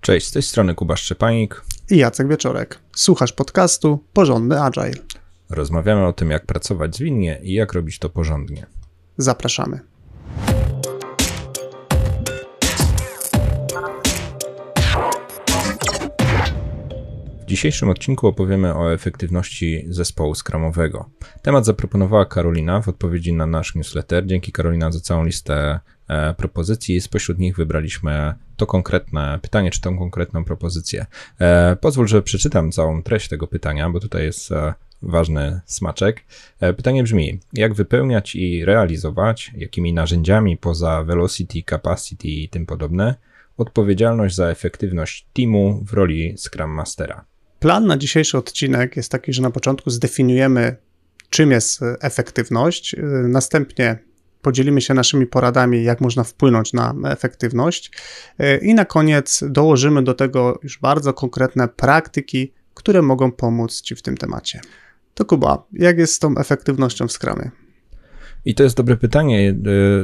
Cześć, z tej strony Kuba Szczepanik i Jacek Wieczorek. Słuchasz podcastu Porządny Agile. Rozmawiamy o tym, jak pracować zwinnie i jak robić to porządnie. Zapraszamy. W dzisiejszym odcinku opowiemy o efektywności zespołu scrumowego. Temat zaproponowała Karolina w odpowiedzi na nasz newsletter. Dzięki Karolina za całą listę propozycji. Spośród nich wybraliśmy to konkretne pytanie, czy tą konkretną propozycję. Pozwól, że przeczytam całą treść tego pytania, bo tutaj jest ważny smaczek. Pytanie brzmi, jak wypełniać i realizować, jakimi narzędziami poza velocity, capacity i tym podobne, odpowiedzialność za efektywność teamu w roli Scrum Mastera. Plan na dzisiejszy odcinek jest taki, że na początku zdefiniujemy, czym jest efektywność, następnie podzielimy się naszymi poradami, jak można wpłynąć na efektywność i na koniec dołożymy do tego już bardzo konkretne praktyki, które mogą pomóc Ci w tym temacie. To Kuba, jak jest z tą efektywnością w Scrumie? I to jest dobre pytanie,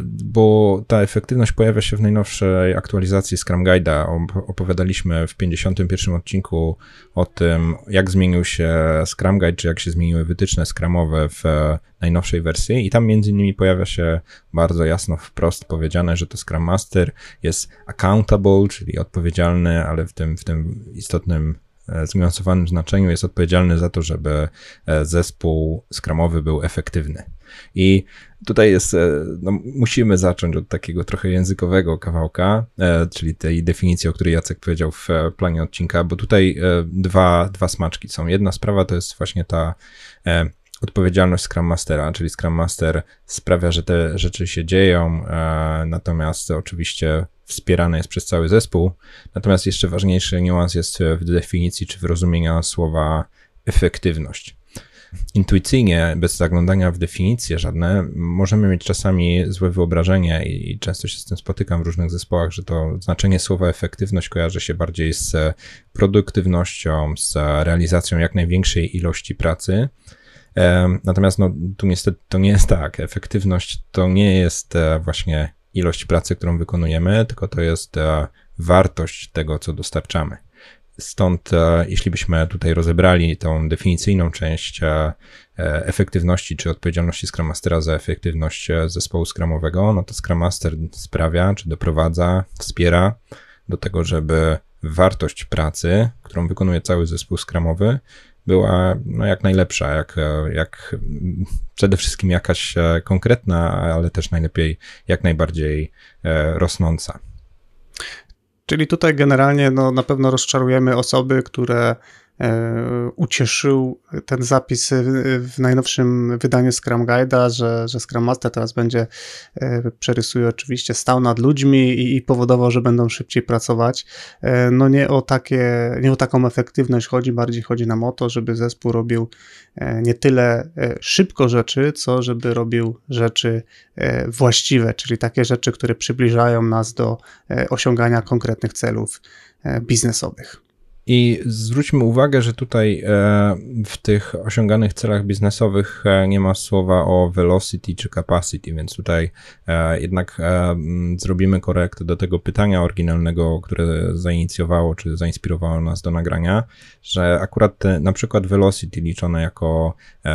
bo ta efektywność pojawia się w najnowszej aktualizacji Scrum Guide'a. Opowiadaliśmy w 51 odcinku o tym, jak zmienił się Scrum Guide, czy jak się zmieniły wytyczne scrumowe w najnowszej wersji i tam między innymi pojawia się bardzo jasno wprost powiedziane, że to Scrum Master jest accountable, czyli odpowiedzialny, ale w tym istotnym zniuansowanym znaczeniu jest odpowiedzialny za to, żeby zespół scrumowy był efektywny. I tutaj jest, musimy zacząć od takiego trochę językowego kawałka, czyli tej definicji, o której Jacek powiedział w planie odcinka, bo tutaj dwa smaczki są. Jedna sprawa to jest właśnie ta odpowiedzialność Scrum Mastera, czyli Scrum Master sprawia, że te rzeczy się dzieją, natomiast oczywiście wspierane jest przez cały zespół. Natomiast jeszcze ważniejszy niuans jest w definicji czy w rozumieniu słowa efektywność. Intuicyjnie, bez zaglądania w definicje żadne, możemy mieć czasami złe wyobrażenie i często się z tym spotykam w różnych zespołach, że to znaczenie słowa efektywność kojarzy się bardziej z produktywnością, z realizacją jak największej ilości pracy. Natomiast tu niestety to nie jest tak. Efektywność to nie jest właśnie ilość pracy, którą wykonujemy, tylko to jest wartość tego, co dostarczamy. Stąd jeśli byśmy tutaj rozebrali tą definicyjną część efektywności czy odpowiedzialności Scrum Mastera za efektywność zespołu scrumowego, no to Scrum Master sprawia, czy doprowadza, wspiera do tego, żeby wartość pracy, którą wykonuje cały zespół scrumowy, była jak najlepsza, jak przede wszystkim jakaś konkretna, ale też najlepiej jak najbardziej rosnąca. Czyli tutaj generalnie na pewno rozczarujemy osoby, które ucieszył ten zapis w najnowszym wydaniu Scrum Guide'a, że Scrum Master teraz przerysuje oczywiście, stał nad ludźmi i powodował, że będą szybciej pracować. No nie o taką efektywność chodzi, bardziej chodzi nam o to, żeby zespół robił nie tyle szybko rzeczy, co żeby robił rzeczy właściwe, czyli takie rzeczy, które przybliżają nas do osiągania konkretnych celów biznesowych. I zwróćmy uwagę, że tutaj w tych osiąganych celach biznesowych nie ma słowa o velocity czy capacity, więc tutaj jednak zrobimy korektę do tego pytania oryginalnego, które zainicjowało czy zainspirowało nas do nagrania, że akurat na przykład velocity liczone jako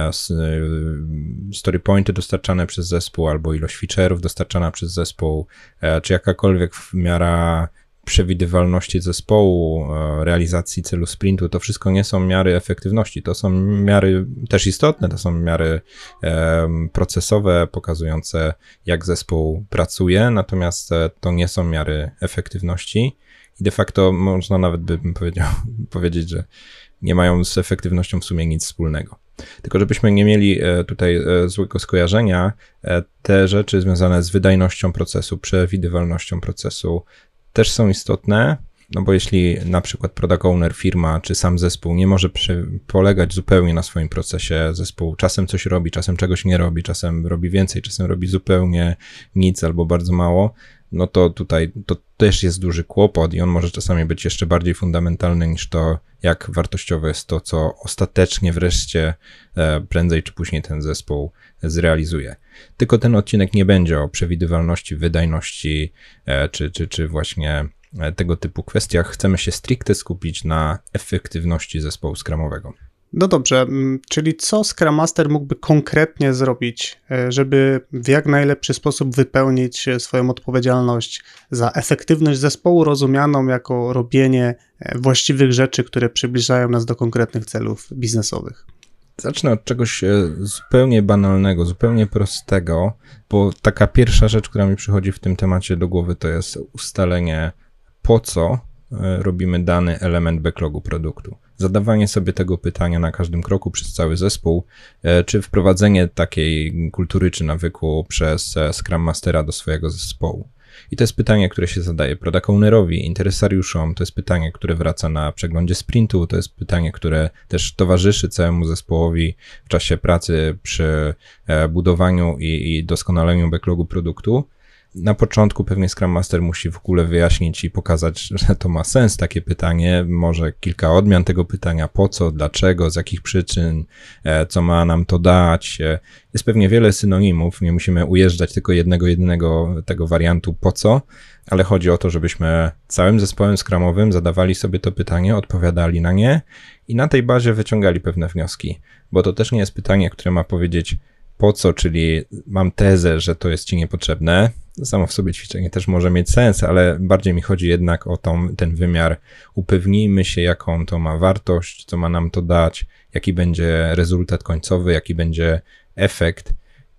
story pointy dostarczane przez zespół albo ilość feature'ów dostarczana przez zespół, czy jakakolwiek miara przewidywalności zespołu, realizacji celu sprintu, to wszystko nie są miary efektywności, to są miary też istotne, to są miary procesowe pokazujące, jak zespół pracuje, natomiast to nie są miary efektywności i de facto można nawet bym powiedzieć, że nie mają z efektywnością w sumie nic wspólnego. Tylko żebyśmy nie mieli tutaj złego skojarzenia, te rzeczy związane z wydajnością procesu, przewidywalnością procesu też są istotne, no bo jeśli na przykład product owner, firma czy sam zespół nie może polegać zupełnie na swoim procesie, zespół czasem coś robi, czasem czegoś nie robi, czasem robi więcej, czasem robi zupełnie nic albo bardzo mało, no to tutaj to też jest duży kłopot i on może czasami być jeszcze bardziej fundamentalny niż to, jak wartościowe jest to, co ostatecznie wreszcie prędzej czy później ten zespół zrealizuje. Tylko ten odcinek nie będzie o przewidywalności, wydajności czy właśnie tego typu kwestiach. Chcemy się stricte skupić na efektywności zespołu scrumowego. No dobrze, czyli co Scrum Master mógłby konkretnie zrobić, żeby w jak najlepszy sposób wypełnić swoją odpowiedzialność za efektywność zespołu rozumianą jako robienie właściwych rzeczy, które przybliżają nas do konkretnych celów biznesowych? Zacznę od czegoś zupełnie banalnego, zupełnie prostego, bo taka pierwsza rzecz, która mi przychodzi w tym temacie do głowy, to jest ustalenie, po co robimy dany element backlogu produktu. Zadawanie sobie tego pytania na każdym kroku przez cały zespół, czy wprowadzenie takiej kultury czy nawyku przez Scrum Mastera do swojego zespołu. I to jest pytanie, które się zadaje product ownerowi, interesariuszom, to jest pytanie, które wraca na przeglądzie sprintu, to jest pytanie, które też towarzyszy całemu zespołowi w czasie pracy przy budowaniu i doskonaleniu backlogu produktu. Na początku pewnie Scrum Master musi w ogóle wyjaśnić i pokazać, że to ma sens takie pytanie, może kilka odmian tego pytania, po co, dlaczego, z jakich przyczyn, co ma nam to dać. Jest pewnie wiele synonimów, nie musimy ujeżdżać tylko jedynego tego wariantu po co, ale chodzi o to, żebyśmy całym zespołem scrumowym zadawali sobie to pytanie, odpowiadali na nie i na tej bazie wyciągali pewne wnioski, bo to też nie jest pytanie, które ma powiedzieć po co, czyli mam tezę, że to jest ci niepotrzebne. Samo w sobie ćwiczenie też może mieć sens, ale bardziej mi chodzi jednak o ten wymiar. Upewnijmy się, jaką to ma wartość, co ma nam to dać, jaki będzie rezultat końcowy, jaki będzie efekt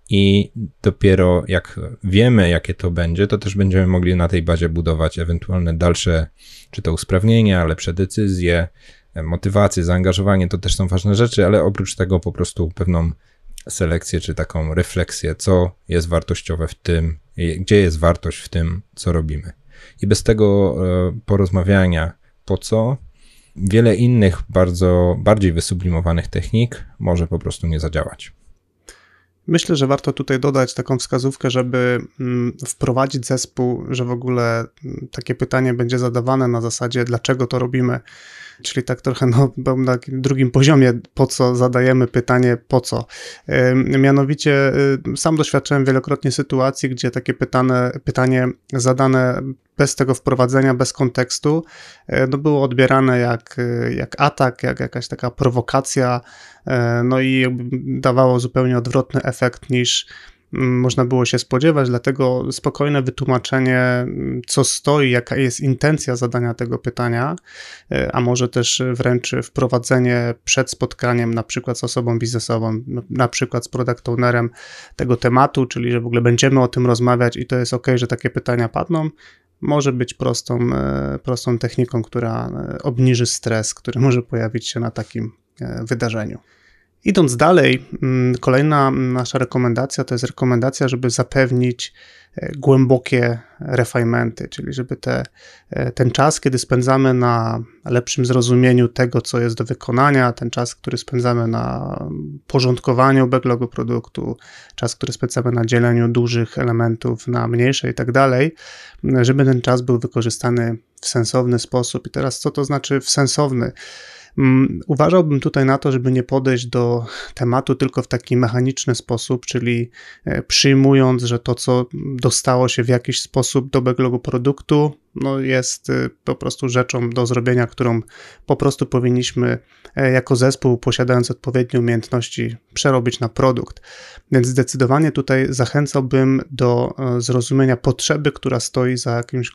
i dopiero jak wiemy, jakie to będzie, to też będziemy mogli na tej bazie budować ewentualne dalsze, czy to usprawnienia, lepsze decyzje, motywacje, zaangażowanie, to też są ważne rzeczy, ale oprócz tego po prostu pewną selekcję, czy taką refleksję, co jest wartościowe w tym, gdzie jest wartość w tym, co robimy. I bez tego porozmawiania, po co, wiele innych bardziej wysublimowanych technik może po prostu nie zadziałać. Myślę, że warto tutaj dodać taką wskazówkę, żeby wprowadzić zespół, że w ogóle takie pytanie będzie zadawane na zasadzie, dlaczego to robimy. Czyli tak trochę na takim drugim poziomie, po co zadajemy pytanie, po co. Mianowicie sam doświadczyłem wielokrotnie sytuacji, gdzie takie pytanie zadane bez tego wprowadzenia, bez kontekstu, było odbierane jak atak, jak jakaś taka prowokacja, no i jakby dawało zupełnie odwrotny efekt niż można było się spodziewać, dlatego spokojne wytłumaczenie, co stoi, jaka jest intencja zadania tego pytania, a może też wręcz wprowadzenie przed spotkaniem, na przykład z osobą biznesową, na przykład z product ownerem tego tematu, czyli że w ogóle będziemy o tym rozmawiać i to jest ok, że takie pytania padną, może być prostą techniką, która obniży stres, który może pojawić się na takim wydarzeniu. Idąc dalej, kolejna nasza rekomendacja to jest rekomendacja, żeby zapewnić głębokie refinementy, czyli żeby ten czas, kiedy spędzamy na lepszym zrozumieniu tego, co jest do wykonania, ten czas, który spędzamy na porządkowaniu backlogu produktu, czas, który spędzamy na dzieleniu dużych elementów na mniejsze i tak dalej, żeby ten czas był wykorzystany w sensowny sposób. I teraz co to znaczy w sensowny? Uważałbym tutaj na to, żeby nie podejść do tematu tylko w taki mechaniczny sposób, czyli przyjmując, że to, co dostało się w jakiś sposób do backlogu produktu, jest po prostu rzeczą do zrobienia, którą po prostu powinniśmy jako zespół, posiadając odpowiednie umiejętności, przerobić na produkt. Więc zdecydowanie tutaj zachęcałbym do zrozumienia potrzeby, która stoi za jakąś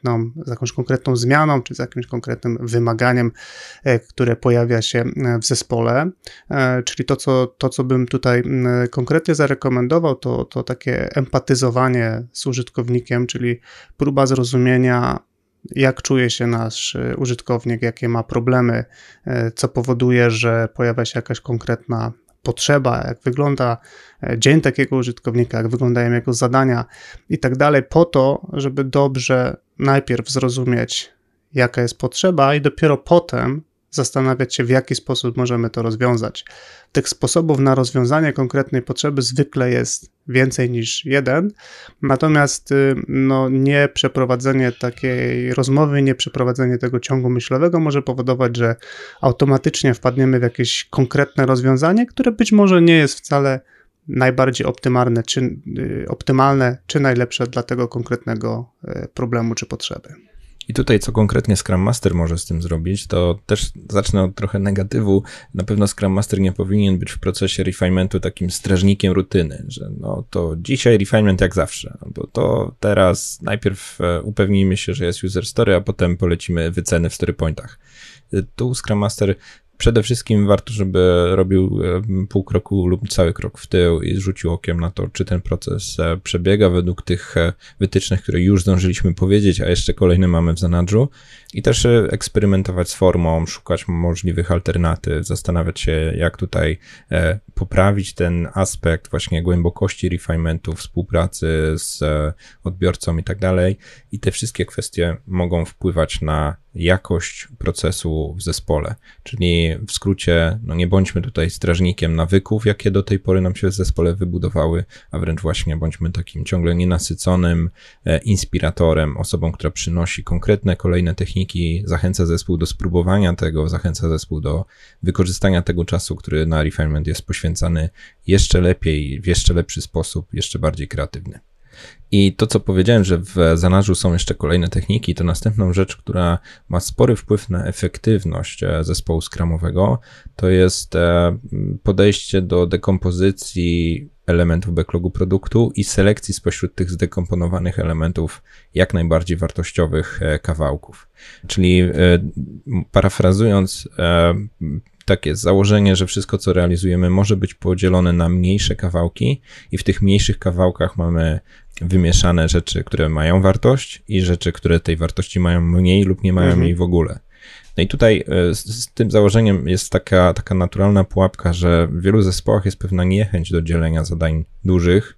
konkretną zmianą, czy za jakimś konkretnym wymaganiem, które pojawia się w zespole. Czyli to, co bym tutaj konkretnie zarekomendował, to takie empatyzowanie z użytkownikiem, czyli próba zrozumienia, jak czuje się nasz użytkownik, jakie ma problemy, co powoduje, że pojawia się jakaś konkretna potrzeba, jak wygląda dzień takiego użytkownika, jak wyglądają jego zadania i tak dalej, po to, żeby dobrze najpierw zrozumieć, jaka jest potrzeba i dopiero potem zastanawiać się, w jaki sposób możemy to rozwiązać. Tych sposobów na rozwiązanie konkretnej potrzeby zwykle jest więcej niż jeden, natomiast nie przeprowadzenie takiej rozmowy, nie przeprowadzenie tego ciągu myślowego może powodować, że automatycznie wpadniemy w jakieś konkretne rozwiązanie, które być może nie jest wcale najbardziej optymalne czy najlepsze dla tego konkretnego problemu czy potrzeby. I tutaj co konkretnie Scrum Master może z tym zrobić, to też zacznę od trochę negatywu. Na pewno Scrum Master nie powinien być w procesie refinementu takim strażnikiem rutyny, że no to dzisiaj refinement jak zawsze, bo to teraz najpierw upewnijmy się, że jest user story, a potem polecimy wyceny w story pointach. Tu Scrum Master przede wszystkim warto, żeby robił pół kroku lub cały krok w tył i rzucił okiem na to, czy ten proces przebiega według tych wytycznych, które już zdążyliśmy powiedzieć, a jeszcze kolejne mamy w zanadrzu. I też eksperymentować z formą, szukać możliwych alternatyw, zastanawiać się, jak tutaj poprawić ten aspekt właśnie głębokości refinementu, współpracy z odbiorcą i tak dalej. I te wszystkie kwestie mogą wpływać na jakość procesu w zespole. Czyli w skrócie, no nie bądźmy tutaj strażnikiem nawyków, jakie do tej pory nam się w zespole wybudowały, a wręcz właśnie bądźmy takim ciągle nienasyconym inspiratorem, osobą, która przynosi konkretne kolejne techniki, zachęca zespół do spróbowania tego, zachęca zespół do wykorzystania tego czasu, który na refinement jest poświęcany jeszcze lepiej, w jeszcze lepszy sposób, jeszcze bardziej kreatywny. I to, co powiedziałem, że w zanadrzu są jeszcze kolejne techniki, to następną rzecz, która ma spory wpływ na efektywność zespołu scrumowego, to jest podejście do dekompozycji elementów backlogu produktu i selekcji spośród tych zdekomponowanych elementów jak najbardziej wartościowych kawałków. Czyli parafrazując, takie założenie, że wszystko, co realizujemy, może być podzielone na mniejsze kawałki i w tych mniejszych kawałkach mamy wymieszane rzeczy, które mają wartość i rzeczy, które tej wartości mają mniej lub nie mają jej w ogóle. No i tutaj z tym założeniem jest taka naturalna pułapka, że w wielu zespołach jest pewna niechęć do dzielenia zadań dużych,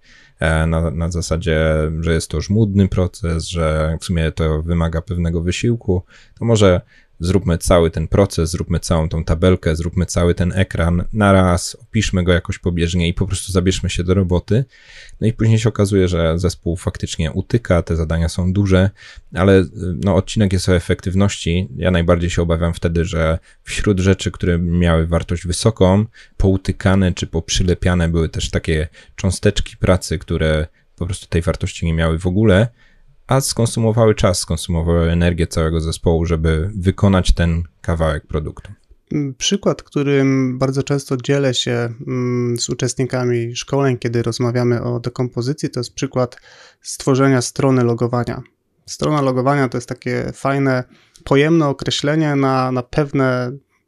na zasadzie, że jest to żmudny proces, że w sumie to wymaga pewnego wysiłku, to może zróbmy cały ten proces, zróbmy całą tą tabelkę, zróbmy cały ten ekran naraz, opiszmy go jakoś pobieżnie i po prostu zabierzmy się do roboty. No i później się okazuje, że zespół faktycznie utyka, te zadania są duże, ale no, odcinek jest o efektywności. Ja najbardziej się obawiam wtedy, że wśród rzeczy, które miały wartość wysoką, poutykane czy poprzylepiane były też takie cząsteczki pracy, które po prostu tej wartości nie miały w ogóle, a skonsumowały czas, skonsumowały energię całego zespołu, żeby wykonać ten kawałek produktu. Przykład, którym bardzo często dzielę się z uczestnikami szkoleń, kiedy rozmawiamy o dekompozycji, to jest przykład stworzenia strony logowania. Strona logowania to jest takie fajne, pojemne określenie na pewne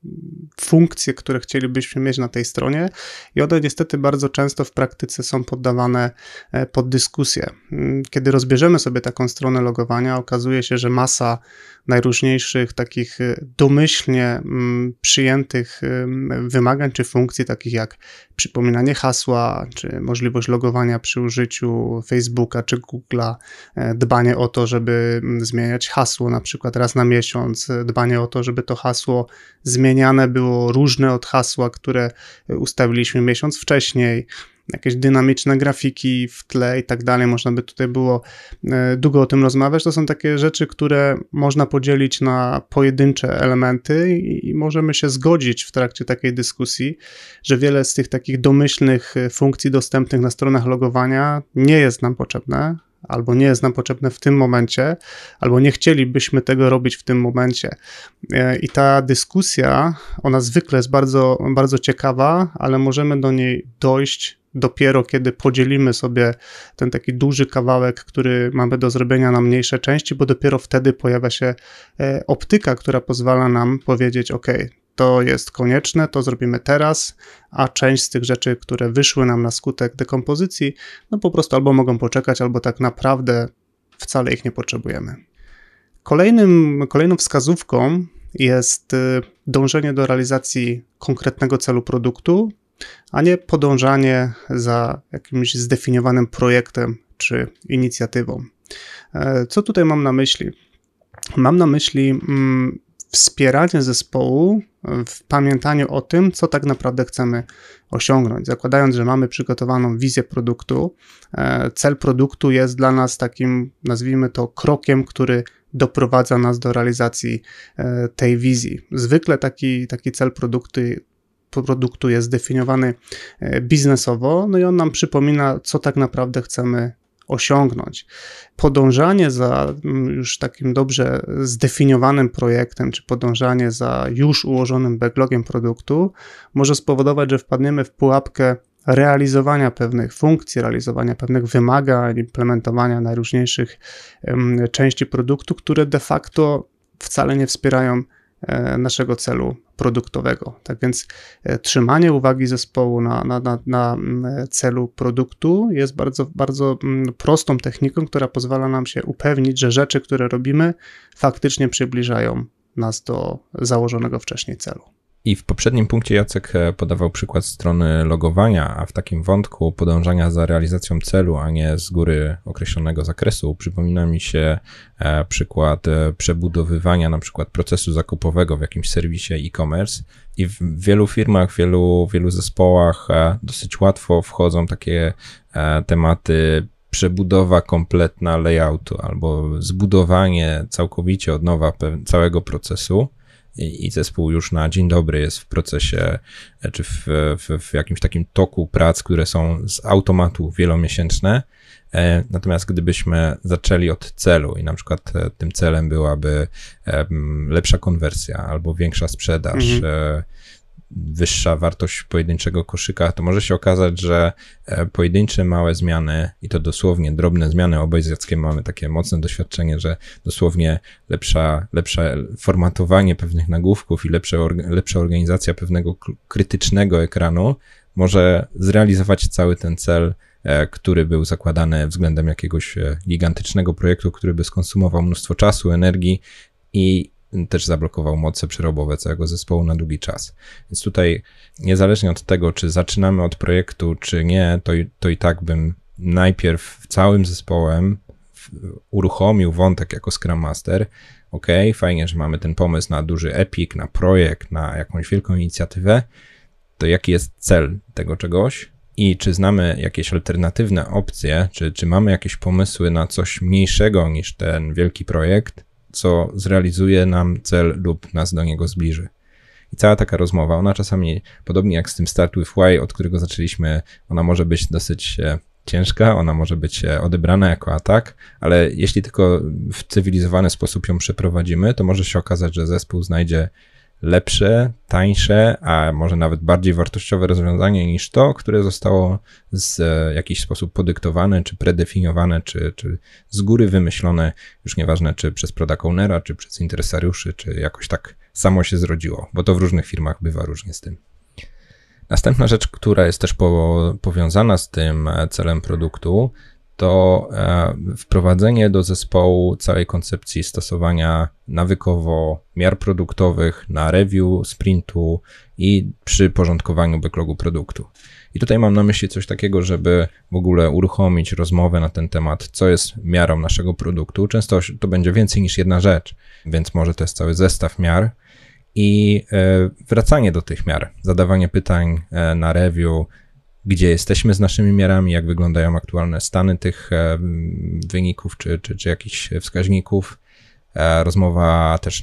funkcje, które chcielibyśmy mieć na tej stronie i one niestety bardzo często w praktyce są poddawane pod dyskusję. Kiedy rozbierzemy sobie taką stronę logowania, okazuje się, że masa najróżniejszych takich domyślnie przyjętych wymagań czy funkcji, takich jak przypominanie hasła, czy możliwość logowania przy użyciu Facebooka czy Google'a, dbanie o to, żeby zmieniać hasło na przykład raz na miesiąc, dbanie o to, żeby to hasło zmieniane było różne od hasła, które ustawiliśmy miesiąc wcześniej, jakieś dynamiczne grafiki w tle i tak dalej, można by tutaj było długo o tym rozmawiać. To są takie rzeczy, które można podzielić na pojedyncze elementy i możemy się zgodzić w trakcie takiej dyskusji, że wiele z tych takich domyślnych funkcji dostępnych na stronach logowania nie jest nam potrzebne, albo nie jest nam potrzebne w tym momencie, albo nie chcielibyśmy tego robić w tym momencie. I ta dyskusja, ona zwykle jest bardzo, bardzo ciekawa, ale możemy do niej dojść dopiero kiedy podzielimy sobie ten taki duży kawałek, który mamy do zrobienia na mniejsze części, bo dopiero wtedy pojawia się optyka, która pozwala nam powiedzieć, ok, to jest konieczne, to zrobimy teraz, a część z tych rzeczy, które wyszły nam na skutek dekompozycji, no po prostu albo mogą poczekać, albo tak naprawdę wcale ich nie potrzebujemy. Kolejną wskazówką jest dążenie do realizacji konkretnego celu produktu, a nie podążanie za jakimś zdefiniowanym projektem czy inicjatywą. Co tutaj mam na myśli? Mam na myśli wspieranie zespołu w pamiętaniu o tym, co tak naprawdę chcemy osiągnąć. Zakładając, że mamy przygotowaną wizję produktu, cel produktu jest dla nas takim, nazwijmy to, krokiem, który doprowadza nas do realizacji tej wizji. Zwykle taki cel produktu jest zdefiniowany biznesowo, no i on nam przypomina, co tak naprawdę chcemy osiągnąć. Podążanie za już takim dobrze zdefiniowanym projektem, czy podążanie za już ułożonym backlogiem produktu może spowodować, że wpadniemy w pułapkę realizowania pewnych funkcji, realizowania pewnych wymagań, implementowania najróżniejszych części produktu, które de facto wcale nie wspierają naszego celu produktowego. Tak więc trzymanie uwagi zespołu na celu produktu jest bardzo, bardzo prostą techniką, która pozwala nam się upewnić, że rzeczy, które robimy, faktycznie przybliżają nas do założonego wcześniej celu. I w poprzednim punkcie Jacek podawał przykład strony logowania, a w takim wątku podążania za realizacją celu, a nie z góry określonego zakresu, przypomina mi się przykład przebudowywania na przykład procesu zakupowego w jakimś serwisie e-commerce i w wielu firmach, wielu zespołach dosyć łatwo wchodzą takie tematy przebudowa kompletna layoutu albo zbudowanie całkowicie od nowa całego procesu. I zespół już na dzień dobry jest w procesie, czy w jakimś takim toku prac, które są z automatu wielomiesięczne. Natomiast gdybyśmy zaczęli od celu i na przykład tym celem byłaby lepsza konwersja albo większa sprzedaż, wyższa wartość pojedynczego koszyka, to może się okazać, że pojedyncze małe zmiany i to dosłownie drobne zmiany, obaj z Jackiem mamy takie mocne doświadczenie, że dosłownie lepsze formatowanie pewnych nagłówków i lepsza organizacja pewnego krytycznego ekranu może zrealizować cały ten cel, który był zakładany względem jakiegoś gigantycznego projektu, który by skonsumował mnóstwo czasu, energii i też zablokował moce przerobowe całego zespołu na długi czas. Więc tutaj niezależnie od tego, czy zaczynamy od projektu, czy nie, to i tak bym najpierw całym zespołem uruchomił wątek jako Scrum Master. Fajnie, że mamy ten pomysł na duży epic, na projekt, na jakąś wielką inicjatywę, to jaki jest cel tego czegoś i czy znamy jakieś alternatywne opcje, czy mamy jakieś pomysły na coś mniejszego niż ten wielki projekt, co zrealizuje nam cel lub nas do niego zbliży. I cała taka rozmowa, ona czasami, podobnie jak z tym Start with Why, od którego zaczęliśmy, ona może być dosyć ciężka, ona może być odebrana jako atak, ale jeśli tylko w cywilizowany sposób ją przeprowadzimy, to może się okazać, że zespół znajdzie lepsze, tańsze, a może nawet bardziej wartościowe rozwiązanie niż to, które zostało w jakiś sposób podyktowane, czy predefiniowane, czy z góry wymyślone, już nieważne czy przez product ownera, czy przez interesariuszy, czy jakoś tak samo się zrodziło, bo to w różnych firmach bywa różnie z tym. Następna rzecz, która jest też powiązana z tym celem produktu, to wprowadzenie do zespołu całej koncepcji stosowania nawykowo miar produktowych na review, sprintu i przy porządkowaniu backlogu produktu. I tutaj mam na myśli coś takiego, żeby w ogóle uruchomić rozmowę na ten temat, co jest miarą naszego produktu. Często to będzie więcej niż jedna rzecz, więc może to jest cały zestaw miar i wracanie do tych miar, zadawanie pytań na review, gdzie jesteśmy z naszymi miarami, jak wyglądają aktualne stany tych wyników czy jakichś wskaźników. Rozmowa też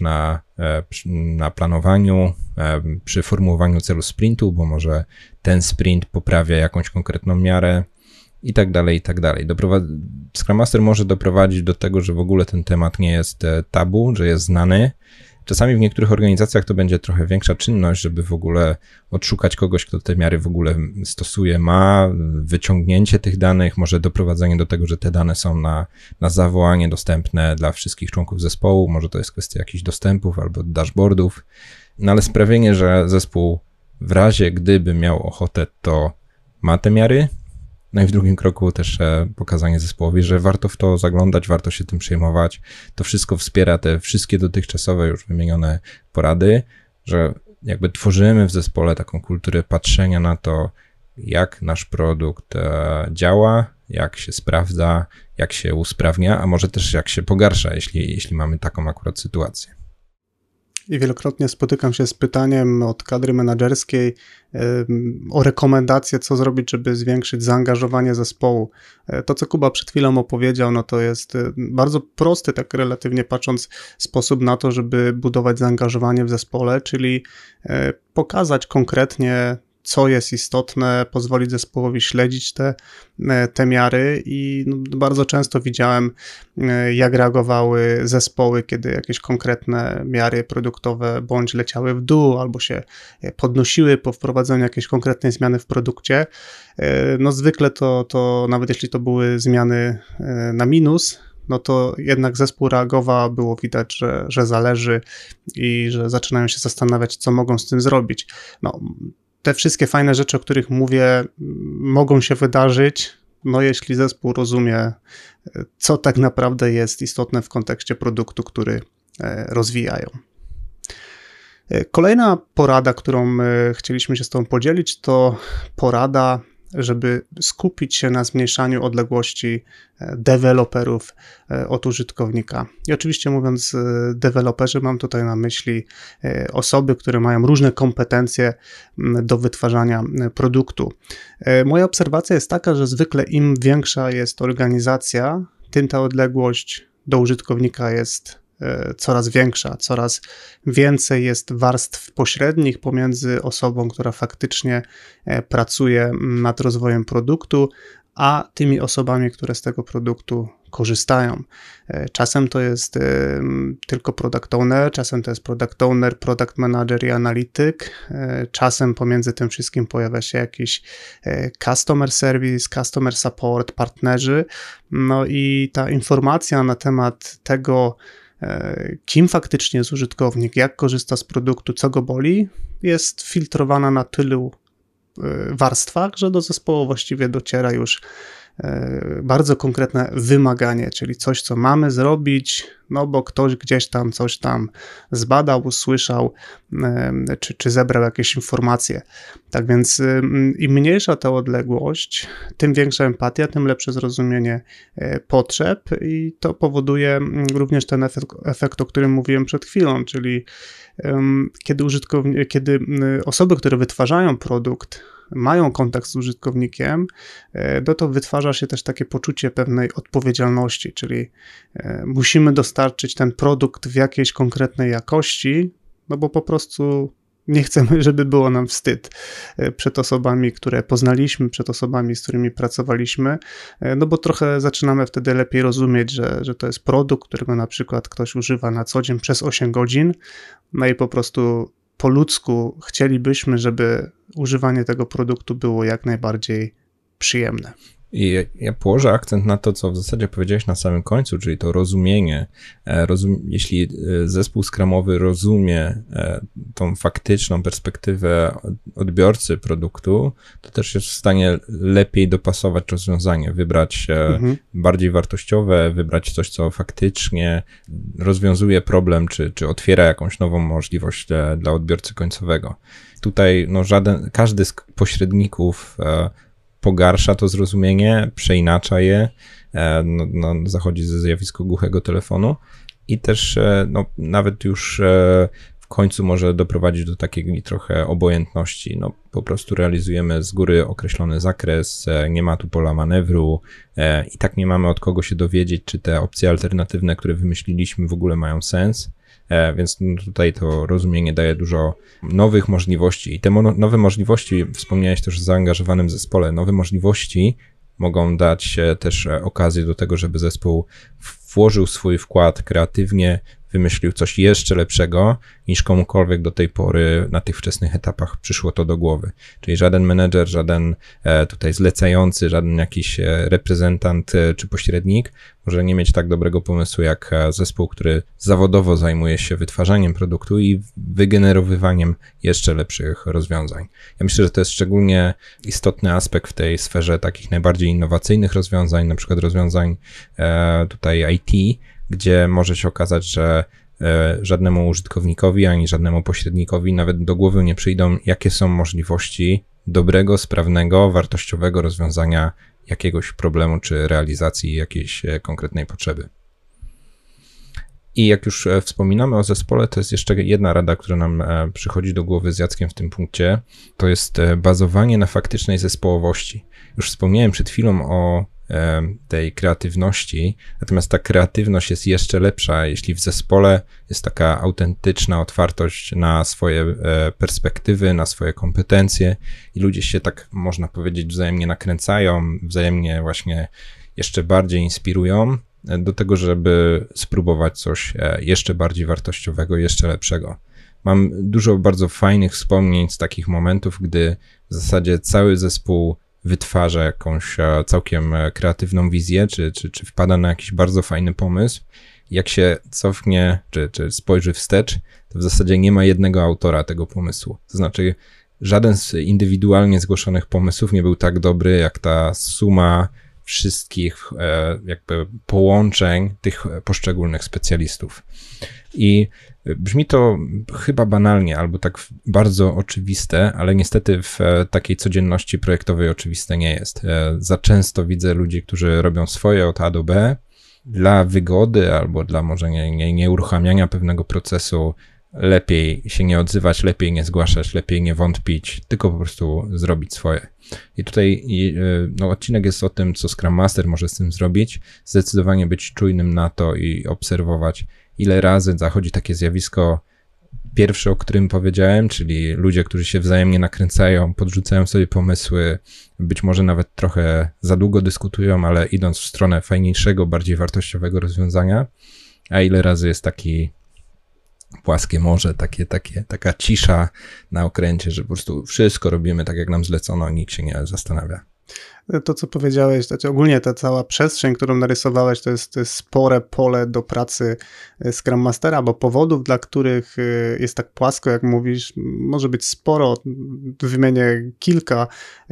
na planowaniu, przy formułowaniu celu sprintu, bo może ten sprint poprawia jakąś konkretną miarę i tak dalej, i tak dalej. Scrum Master może doprowadzić do tego, że w ogóle ten temat nie jest tabu, że jest znany. Czasami w niektórych organizacjach to będzie trochę większa czynność, żeby w ogóle odszukać kogoś, kto te miary w ogóle stosuje, ma wyciągnięcie tych danych, może doprowadzenie do tego, że te dane są na zawołanie dostępne dla wszystkich członków zespołu, może to jest kwestia jakichś dostępów albo dashboardów, no ale sprawienie, że zespół w razie gdyby miał ochotę, to ma te miary. No i w drugim kroku też pokazanie zespołowi, że warto w to zaglądać, warto się tym przejmować. To wszystko wspiera te wszystkie dotychczasowe już wymienione porady, że jakby tworzymy w zespole taką kulturę patrzenia na to, jak nasz produkt działa, jak się sprawdza, jak się usprawnia, a może też jak się pogarsza, jeśli mamy taką akurat sytuację. I wielokrotnie spotykam się z pytaniem od kadry menedżerskiej o rekomendacje, co zrobić, żeby zwiększyć zaangażowanie zespołu. To, co Kuba przed chwilą opowiedział, no to jest bardzo prosty, tak relatywnie patrząc, sposób na to, żeby budować zaangażowanie w zespole, czyli pokazać konkretnie co jest istotne, pozwolić zespołowi śledzić te miary i bardzo często widziałem, jak reagowały zespoły, kiedy jakieś konkretne miary produktowe bądź leciały w dół, albo się podnosiły po wprowadzeniu jakiejś konkretnej zmiany w produkcie. Zwykle to nawet jeśli to były zmiany na minus, no to jednak zespół reagował, było widać, że zależy i że zaczynają się zastanawiać, co mogą z tym zrobić. Te wszystkie fajne rzeczy, o których mówię, mogą się wydarzyć, jeśli zespół rozumie, co tak naprawdę jest istotne w kontekście produktu, który rozwijają. Kolejna porada, którą chcieliśmy się z Tobą podzielić, to porada, żeby skupić się na zmniejszaniu odległości deweloperów od użytkownika. I oczywiście mówiąc deweloperzy, mam tutaj na myśli osoby, które mają różne kompetencje do wytwarzania produktu. Moja obserwacja jest taka, że zwykle im większa jest organizacja, tym ta odległość do użytkownika jest coraz większa, coraz więcej jest warstw pośrednich pomiędzy osobą, która faktycznie pracuje nad rozwojem produktu, a tymi osobami, które z tego produktu korzystają. Czasem to jest tylko product owner, czasem to jest product owner, product manager i analityk, czasem pomiędzy tym wszystkim pojawia się jakiś customer service, customer support, partnerzy. I ta informacja na temat tego, kim faktycznie jest użytkownik, jak korzysta z produktu, co go boli, jest filtrowana na tylu warstwach, że do zespołu właściwie dociera już bardzo konkretne wymaganie, czyli coś, co mamy zrobić, bo ktoś gdzieś tam coś tam zbadał, usłyszał, czy zebrał jakieś informacje. Tak więc im mniejsza ta odległość, tym większa empatia, tym lepsze zrozumienie potrzeb i to powoduje również ten efekt, o którym mówiłem przed chwilą, czyli kiedy osoby, które wytwarzają produkt, mają kontakt z użytkownikiem, to wytwarza się też takie poczucie pewnej odpowiedzialności, czyli musimy dostarczyć ten produkt w jakiejś konkretnej jakości, bo po prostu nie chcemy, żeby było nam wstyd przed osobami, które poznaliśmy, przed osobami, z którymi pracowaliśmy, bo trochę zaczynamy wtedy lepiej rozumieć, że to jest produkt, którego na przykład ktoś używa na co dzień przez 8 godzin, i po prostu po ludzku chcielibyśmy, żeby używanie tego produktu było jak najbardziej przyjemne. I ja położę akcent na to, co w zasadzie powiedziałeś na samym końcu, czyli to rozumienie. Jeśli zespół scrumowy rozumie tą faktyczną perspektywę odbiorcy produktu, to też jest w stanie lepiej dopasować rozwiązanie, wybrać bardziej wartościowe, wybrać coś, co faktycznie rozwiązuje problem, czy otwiera jakąś nową możliwość dla odbiorcy końcowego. Tutaj każdy z pośredników pogarsza to zrozumienie, przeinacza je, zachodzi ze zjawisko głuchego telefonu i też nawet już w końcu może doprowadzić do takiej trochę obojętności. Po prostu realizujemy z góry określony zakres, nie ma tu pola manewru i tak nie mamy od kogo się dowiedzieć, czy te opcje alternatywne, które wymyśliliśmy, w ogóle mają sens. Więc tutaj to rozumienie daje dużo nowych możliwości i te nowe możliwości, wspomniałeś też o zaangażowanym zespole, nowe możliwości mogą dać też okazję do tego, żeby zespół włożył swój wkład kreatywnie, wymyślił coś jeszcze lepszego niż komukolwiek do tej pory na tych wczesnych etapach przyszło to do głowy. Czyli żaden menedżer, żaden tutaj zlecający, żaden jakiś reprezentant czy pośrednik może nie mieć tak dobrego pomysłu jak zespół, który zawodowo zajmuje się wytwarzaniem produktu i wygenerowywaniem jeszcze lepszych rozwiązań. Ja myślę, że to jest szczególnie istotny aspekt w tej sferze takich najbardziej innowacyjnych rozwiązań, na przykład rozwiązań tutaj IT, gdzie może się okazać, że żadnemu użytkownikowi ani żadnemu pośrednikowi nawet do głowy nie przyjdą, jakie są możliwości dobrego, sprawnego, wartościowego rozwiązania jakiegoś problemu czy realizacji jakiejś konkretnej potrzeby. I jak już wspominamy o zespole, to jest jeszcze jedna rada, która nam przychodzi do głowy z Jackiem w tym punkcie, to jest bazowanie na faktycznej zespołowości. Już wspomniałem przed chwilą o tej kreatywności, natomiast ta kreatywność jest jeszcze lepsza, jeśli w zespole jest taka autentyczna otwartość na swoje perspektywy, na swoje kompetencje i ludzie się tak, można powiedzieć, wzajemnie nakręcają, wzajemnie właśnie jeszcze bardziej inspirują do tego, żeby spróbować coś jeszcze bardziej wartościowego, jeszcze lepszego. Mam dużo bardzo fajnych wspomnień z takich momentów, gdy w zasadzie cały zespół wytwarza jakąś całkiem kreatywną wizję, czy wpada na jakiś bardzo fajny pomysł. Jak się cofnie, czy spojrzy wstecz, to w zasadzie nie ma jednego autora tego pomysłu. To znaczy, żaden z indywidualnie zgłoszonych pomysłów nie był tak dobry, jak ta suma wszystkich jakby połączeń tych poszczególnych specjalistów. I brzmi to chyba banalnie albo tak bardzo oczywiste, ale niestety w takiej codzienności projektowej oczywiste nie jest. Za często widzę ludzi, którzy robią swoje od A do B dla wygody albo dla może nie uruchamiania pewnego procesu. Lepiej się nie odzywać, lepiej nie zgłaszać, lepiej nie wątpić, tylko po prostu zrobić swoje. I tutaj odcinek jest o tym, co Scrum Master może z tym zrobić, zdecydowanie być czujnym na to i obserwować, ile razy zachodzi takie zjawisko pierwsze, o którym powiedziałem, czyli ludzie, którzy się wzajemnie nakręcają, podrzucają sobie pomysły, być może nawet trochę za długo dyskutują, ale idąc w stronę fajniejszego, bardziej wartościowego rozwiązania, a ile razy jest taki płaskie morze, taka cisza na okręcie, że po prostu wszystko robimy tak, jak nam zlecono, nikt się nie zastanawia. To, co powiedziałeś, to ogólnie ta cała przestrzeń, którą narysowałeś, to jest spore pole do pracy Scrum Mastera, bo powodów, dla których jest tak płasko, jak mówisz, może być sporo. Wymienię kilka.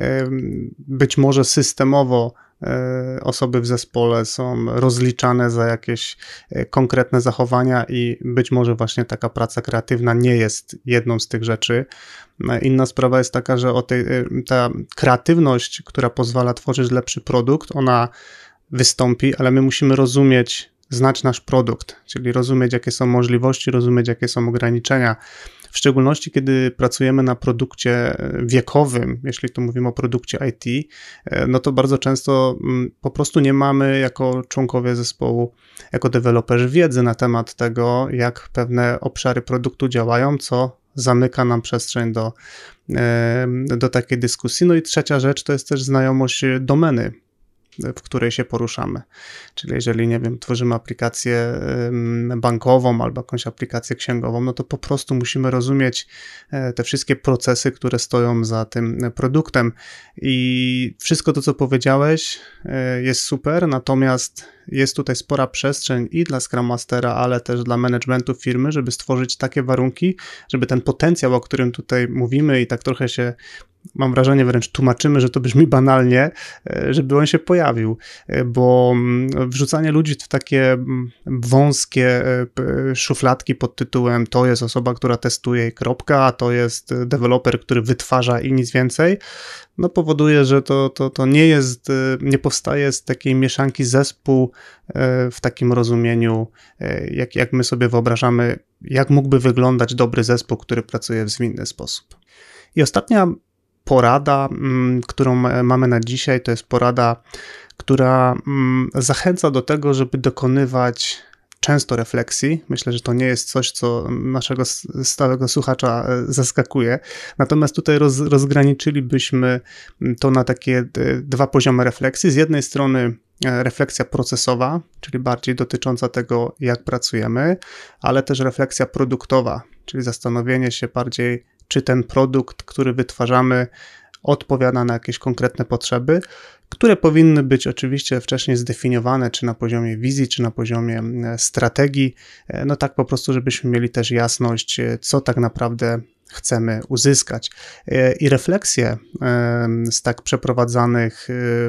Być może systemowo osoby w zespole są rozliczane za jakieś konkretne zachowania i być może właśnie taka praca kreatywna nie jest jedną z tych rzeczy. Inna sprawa jest taka, że ta kreatywność, która pozwala tworzyć lepszy produkt, ona wystąpi, ale my musimy znać nasz produkt, czyli rozumieć, jakie są możliwości, rozumieć, jakie są ograniczenia. W szczególności, kiedy pracujemy na produkcie wiekowym, jeśli tu mówimy o produkcie IT, no to bardzo często po prostu nie mamy jako członkowie zespołu, jako deweloperzy wiedzy na temat tego, jak pewne obszary produktu działają, co zamyka nam przestrzeń do takiej dyskusji. No i trzecia rzecz to jest też znajomość domeny, w której się poruszamy. Czyli jeżeli, nie wiem, tworzymy aplikację bankową albo jakąś aplikację księgową, no to po prostu musimy rozumieć te wszystkie procesy, które stoją za tym produktem. I wszystko to, co powiedziałeś, jest super, natomiast jest tutaj spora przestrzeń i dla Scrum Mastera, ale też dla managementu firmy, żeby stworzyć takie warunki, żeby ten potencjał, o którym tutaj mówimy i tak trochę się, mam wrażenie, wręcz tłumaczymy, że to brzmi banalnie, żeby on się pojawił, bo wrzucanie ludzi w takie wąskie szufladki pod tytułem to jest osoba, która testuje i kropka, a to jest deweloper, który wytwarza i nic więcej, no powoduje, że to nie powstaje z takiej mieszanki zespół w takim rozumieniu, jak my sobie wyobrażamy, jak mógłby wyglądać dobry zespół, który pracuje w zwinny sposób. I ostatnia porada, którą mamy na dzisiaj, to jest porada, która zachęca do tego, żeby dokonywać często refleksji. Myślę, że to nie jest coś, co naszego stałego słuchacza zaskakuje. Natomiast tutaj rozgraniczylibyśmy to na takie dwa poziomy refleksji. Z jednej strony refleksja procesowa, czyli bardziej dotycząca tego, jak pracujemy, ale też refleksja produktowa, czyli zastanowienie się bardziej, czy ten produkt, który wytwarzamy, odpowiada na jakieś konkretne potrzeby, które powinny być oczywiście wcześniej zdefiniowane, czy na poziomie wizji, czy na poziomie strategii, no tak po prostu, żebyśmy mieli też jasność, co tak naprawdę chcemy uzyskać. I refleksje z tak przeprowadzanych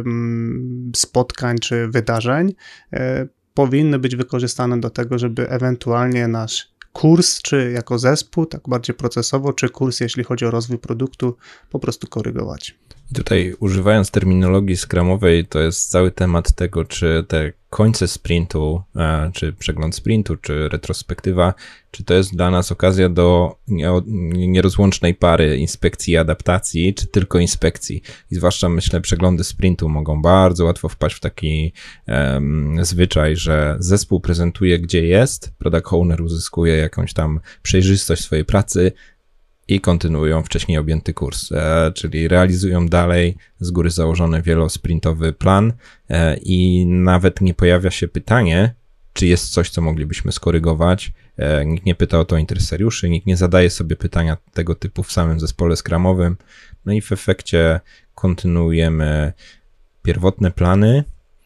spotkań czy wydarzeń powinny być wykorzystane do tego, żeby ewentualnie nasz kurs, czy jako zespół, tak bardziej procesowo, czy kurs, jeśli chodzi o rozwój produktu, po prostu korygować. Tutaj używając terminologii scrumowej, to jest cały temat tego, czy te końce sprintu, czy przegląd sprintu, czy retrospektywa, czy to jest dla nas okazja do nierozłącznej pary inspekcji i adaptacji, czy tylko inspekcji. I zwłaszcza, myślę, przeglądy sprintu mogą bardzo łatwo wpaść w taki zwyczaj, że zespół prezentuje, gdzie jest, product owner uzyskuje jakąś tam przejrzystość swojej pracy i kontynuują wcześniej objęty kurs, czyli realizują dalej z góry założony wielosprintowy plan i nawet nie pojawia się pytanie, czy jest coś, co moglibyśmy skorygować. Nikt nie pyta o to interesariuszy, nikt nie zadaje sobie pytania tego typu w samym zespole scrumowym. No i w efekcie kontynuujemy pierwotne plany,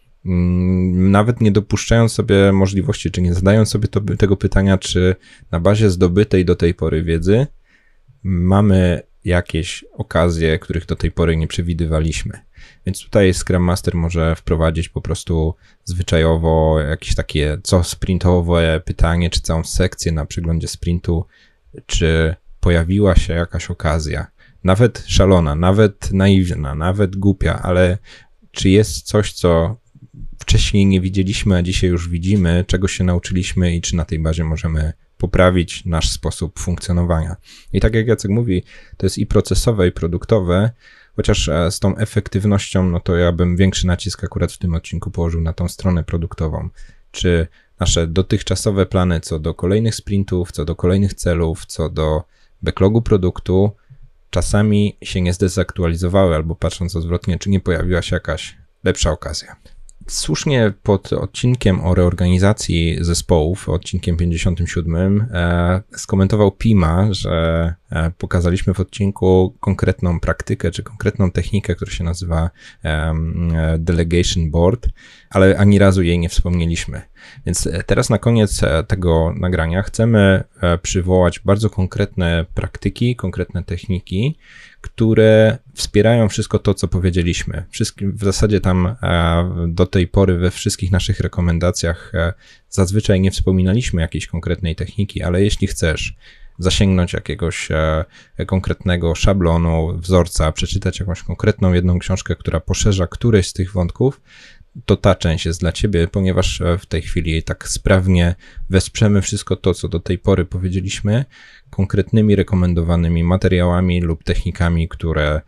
nawet nie dopuszczając sobie możliwości, czy nie zadając sobie tego pytania, czy na bazie zdobytej do tej pory wiedzy mamy jakieś okazje, których do tej pory nie przewidywaliśmy. Więc tutaj Scrum Master może wprowadzić po prostu zwyczajowo jakieś takie sprintowe pytanie, czy całą sekcję na przeglądzie sprintu, czy pojawiła się jakaś okazja, nawet szalona, nawet naiwna, nawet głupia, ale czy jest coś, co wcześniej nie widzieliśmy, a dzisiaj już widzimy, czego się nauczyliśmy i czy na tej bazie możemy poprawić nasz sposób funkcjonowania. I tak jak Jacek mówi, to jest i procesowe, i produktowe, chociaż z tą efektywnością, no to ja bym większy nacisk akurat w tym odcinku położył na tą stronę produktową. Czy nasze dotychczasowe plany co do kolejnych sprintów, co do kolejnych celów, co do backlogu produktu czasami się nie zdezaktualizowały, albo patrząc odwrotnie, czy nie pojawiła się jakaś lepsza okazja. Słusznie pod odcinkiem o reorganizacji zespołów, odcinkiem 57, skomentował Pima, że pokazaliśmy w odcinku konkretną praktykę, czy konkretną technikę, która się nazywa Delegation Board, ale ani razu jej nie wspomnieliśmy. Więc teraz na koniec tego nagrania chcemy przywołać bardzo konkretne praktyki, konkretne techniki, które wspierają wszystko to, co powiedzieliśmy. W zasadzie tam do tej pory we wszystkich naszych rekomendacjach zazwyczaj nie wspominaliśmy jakiejś konkretnej techniki, ale jeśli chcesz zasięgnąć jakiegoś konkretnego szablonu, wzorca, przeczytać jakąś konkretną jedną książkę, która poszerza któreś z tych wątków, to ta część jest dla ciebie, ponieważ w tej chwili tak sprawnie wesprzemy wszystko to, co do tej pory powiedzieliśmy, konkretnymi rekomendowanymi materiałami lub technikami, które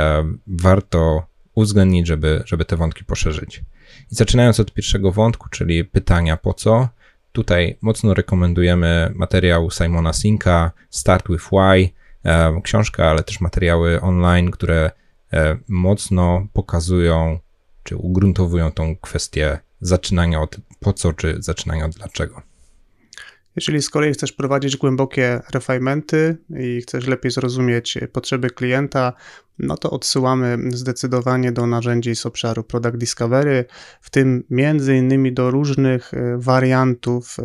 warto uwzględnić, żeby te wątki poszerzyć. I zaczynając od pierwszego wątku, czyli pytania po co, tutaj mocno rekomendujemy materiał Simona Sinka, Start with Why, książka, ale też materiały online, które mocno pokazują, czy ugruntowują tą kwestię zaczynania od po co, czy zaczynania od dlaczego. Jeżeli z kolei chcesz prowadzić głębokie refinementy i chcesz lepiej zrozumieć potrzeby klienta, no to odsyłamy zdecydowanie do narzędzi z obszaru Product Discovery, w tym między innymi do różnych wariantów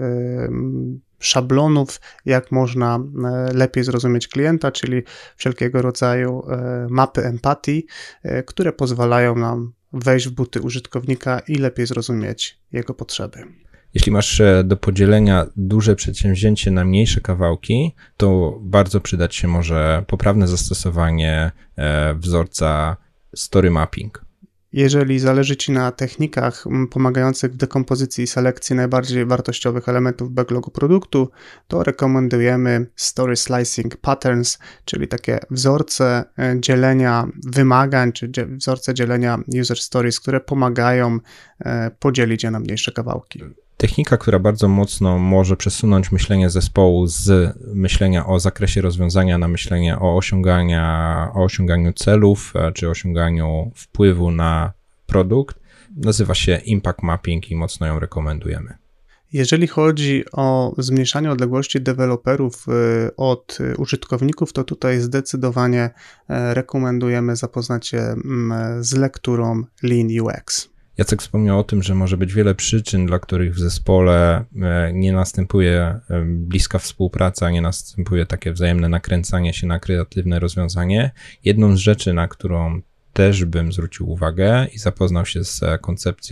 szablonów, jak można lepiej zrozumieć klienta, czyli wszelkiego rodzaju mapy empatii, które pozwalają nam wejść w buty użytkownika i lepiej zrozumieć jego potrzeby. Jeśli masz do podzielenia duże przedsięwzięcie na mniejsze kawałki, to bardzo przydać się może poprawne zastosowanie wzorca story mapping. Jeżeli zależy Ci na technikach pomagających w dekompozycji i selekcji najbardziej wartościowych elementów backlogu produktu, to rekomendujemy Story Slicing Patterns, czyli takie wzorce dzielenia wymagań, czy wzorce dzielenia user stories, które pomagają podzielić je na mniejsze kawałki. Technika, która bardzo mocno może przesunąć myślenie zespołu z myślenia o zakresie rozwiązania na myślenie o osiąganiu celów, czy osiąganiu wpływu na produkt, nazywa się Impact Mapping i mocno ją rekomendujemy. Jeżeli chodzi o zmniejszanie odległości deweloperów od użytkowników, to tutaj zdecydowanie rekomendujemy zapoznać się z lekturą Lean UX. Jacek wspomniał o tym, że może być wiele przyczyn, dla których w zespole nie następuje bliska współpraca, nie następuje takie wzajemne nakręcanie się na kreatywne rozwiązanie. Jedną z rzeczy, na którą też bym zwrócił uwagę i zapoznał się z koncepcją,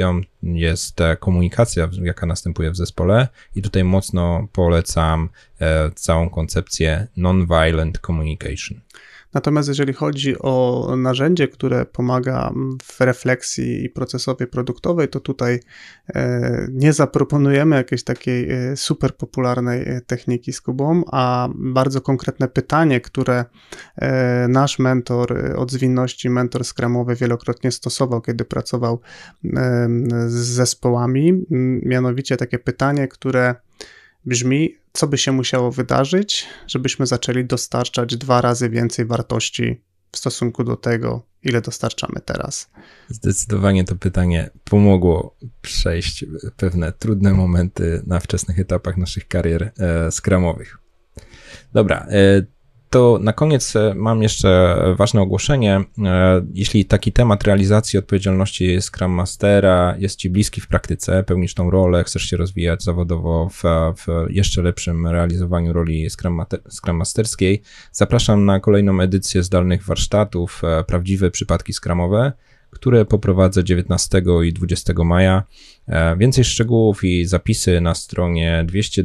jest komunikacja, jaka następuje w zespole i tutaj mocno polecam całą koncepcję non-violent communication. Natomiast jeżeli chodzi o narzędzie, które pomaga w refleksji i procesowej produktowej, to tutaj nie zaproponujemy jakiejś takiej super popularnej techniki z Kubą, a bardzo konkretne pytanie, które nasz mentor od zwinności, mentor scrumowy wielokrotnie stosował, kiedy pracował z zespołami, mianowicie takie pytanie, które brzmi, co by się musiało wydarzyć, żebyśmy zaczęli dostarczać 2 razy więcej wartości w stosunku do tego, ile dostarczamy teraz. Zdecydowanie to pytanie pomogło przejść pewne trudne momenty na wczesnych etapach naszych karier scrumowych. Dobra, to na koniec mam jeszcze ważne ogłoszenie. Jeśli taki temat realizacji odpowiedzialności Scrum Mastera jest Ci bliski w praktyce, pełnisz tą rolę, chcesz się rozwijać zawodowo w jeszcze lepszym realizowaniu roli Scrum Masterskiej, zapraszam na kolejną edycję zdalnych warsztatów Prawdziwe przypadki scrumowe, które poprowadzę 19 i 20 maja. Więcej szczegółów i zapisy na stronie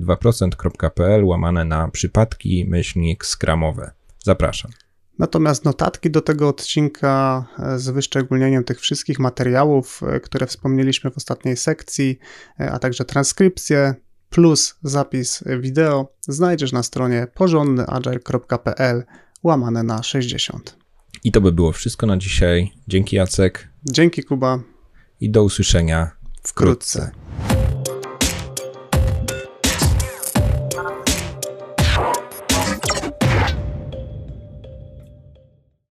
202%.pl/przypadki-scrumowe. Zapraszam. Natomiast notatki do tego odcinka z wyszczególnieniem tych wszystkich materiałów, które wspomnieliśmy w ostatniej sekcji, a także transkrypcję plus zapis wideo znajdziesz na stronie porządnyagile.pl/60. I to by było wszystko na dzisiaj. Dzięki Jacek. Dzięki Kuba. I do usłyszenia wkrótce.